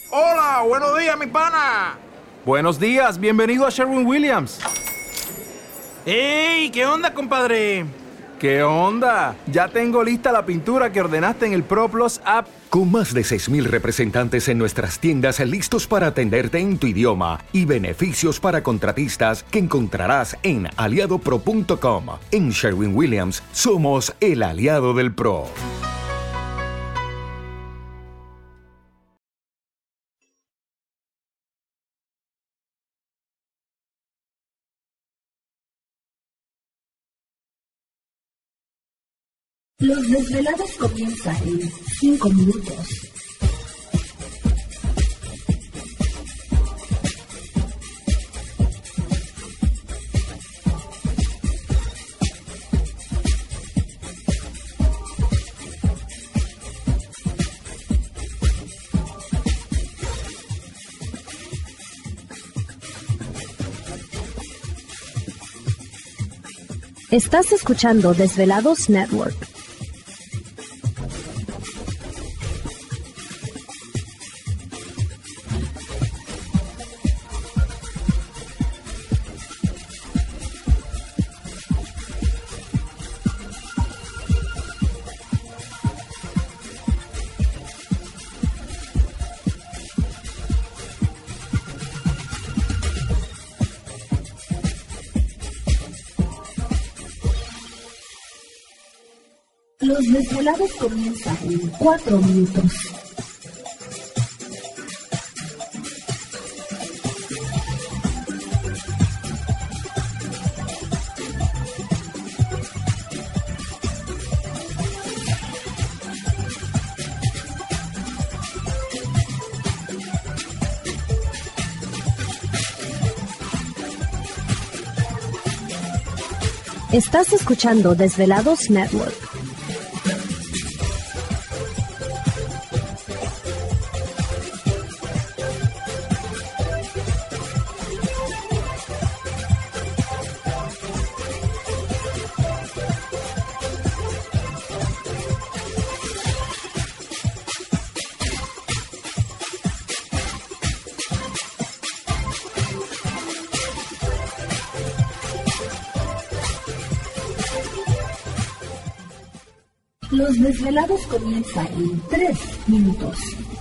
Hola, buenos días, mi pana. Buenos días, bienvenido a Sherwin-Williams. ¡Ey! ¿Qué onda, compadre? ¿Qué onda? Ya tengo lista la pintura que ordenaste en el ProPlus app. Con más de 6,000 representantes en nuestras tiendas listos para atenderte en tu idioma y beneficios para contratistas que encontrarás en aliadopro.com. En Sherwin-Williams somos el aliado del pro. Los desvelados comienzan en 5 minutos. Estás escuchando Desvelados Network. Los desvelados comienzan en 4 minutos. Estás escuchando Desvelados Network. Los desvelados comienzan en 3 minutos.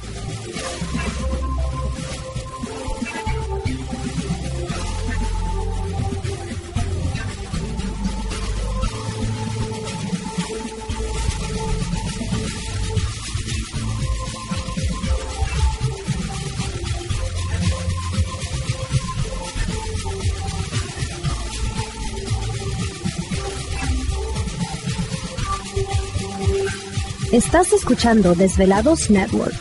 Estás escuchando Desvelados Network.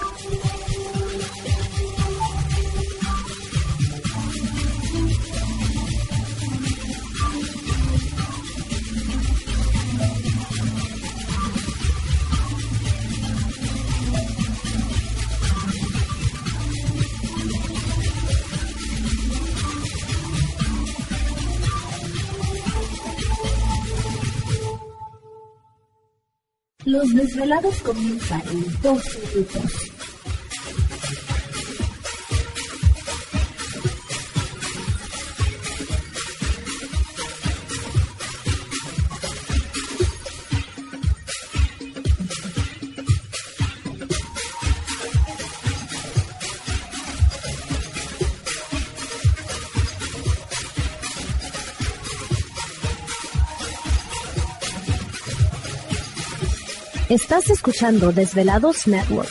Los desvelados comienzan en 2 minutos. Estás escuchando Desvelados Network.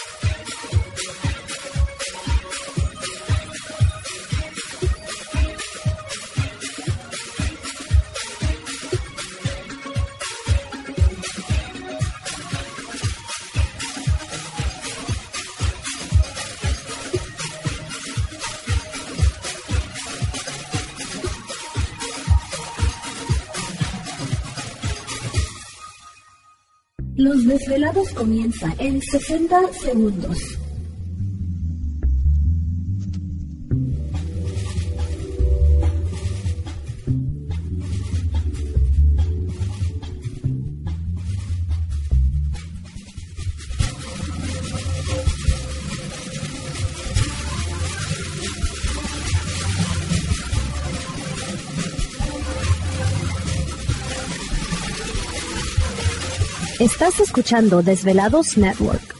Los desvelados comienzan en 60 segundos. Estás escuchando Desvelados Network.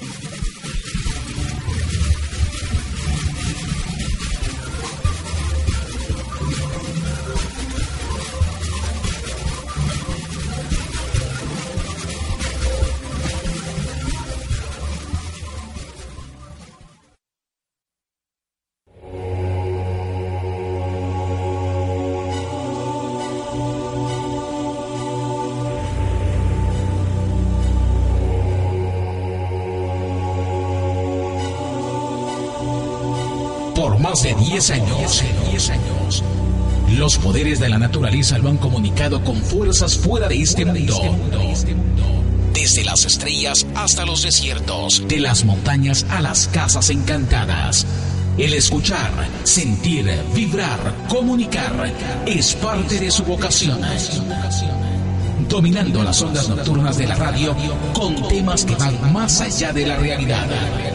Por más de 10 años, los poderes de la naturaleza lo han comunicado con fuerzas fuera de este mundo. Desde las estrellas hasta los desiertos, de las montañas a las casas encantadas. El escuchar, sentir, vibrar, comunicar es parte de su vocación. Dominando las ondas nocturnas de la radio con temas que van más allá de la realidad.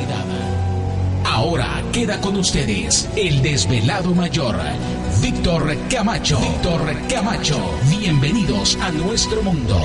Ahora queda con ustedes el desvelado mayor, Víctor Camacho. Bienvenidos a nuestro mundo.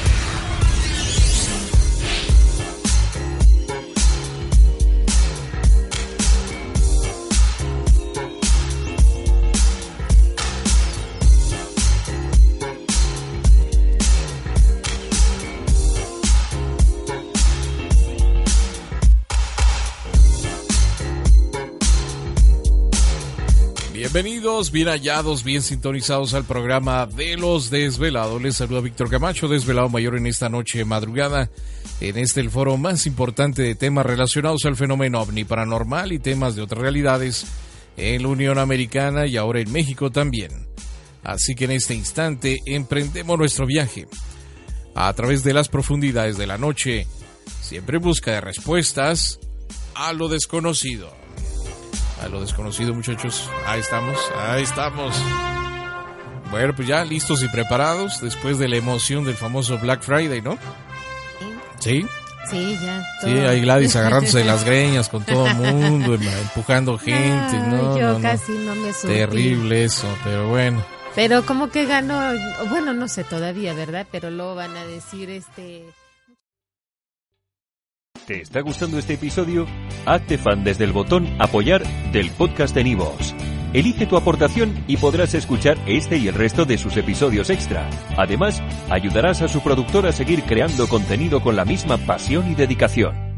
Bienvenidos, bien hallados, bien sintonizados al programa de Los Desvelados. Les saluda Víctor Camacho, desvelado mayor en esta noche madrugada, en el foro más importante de temas relacionados al fenómeno ovni paranormal y temas de otras realidades en la Unión Americana y ahora en México también. Así que en este instante emprendemos nuestro viaje a través de las profundidades de la noche, siempre en busca de respuestas a lo desconocido. A lo desconocido, muchachos. Ahí estamos. Bueno, pues ya listos y preparados después de la emoción del famoso Black Friday, ¿no? ¿Sí? Sí, ya. Todo. Sí, ahí Gladys agarrándose de las greñas con todo el mundo, empujando gente. Yo casi no me subí. Terrible eso, pero bueno. Pero como que ganó, bueno, no sé todavía, ¿verdad? Pero luego van a decir ¿Te está gustando este episodio? Hazte fan desde el botón Apoyar del podcast de Nivos. Elige tu aportación y podrás escuchar este y el resto de sus episodios extra. Además, ayudarás a su productor a seguir creando contenido con la misma pasión y dedicación.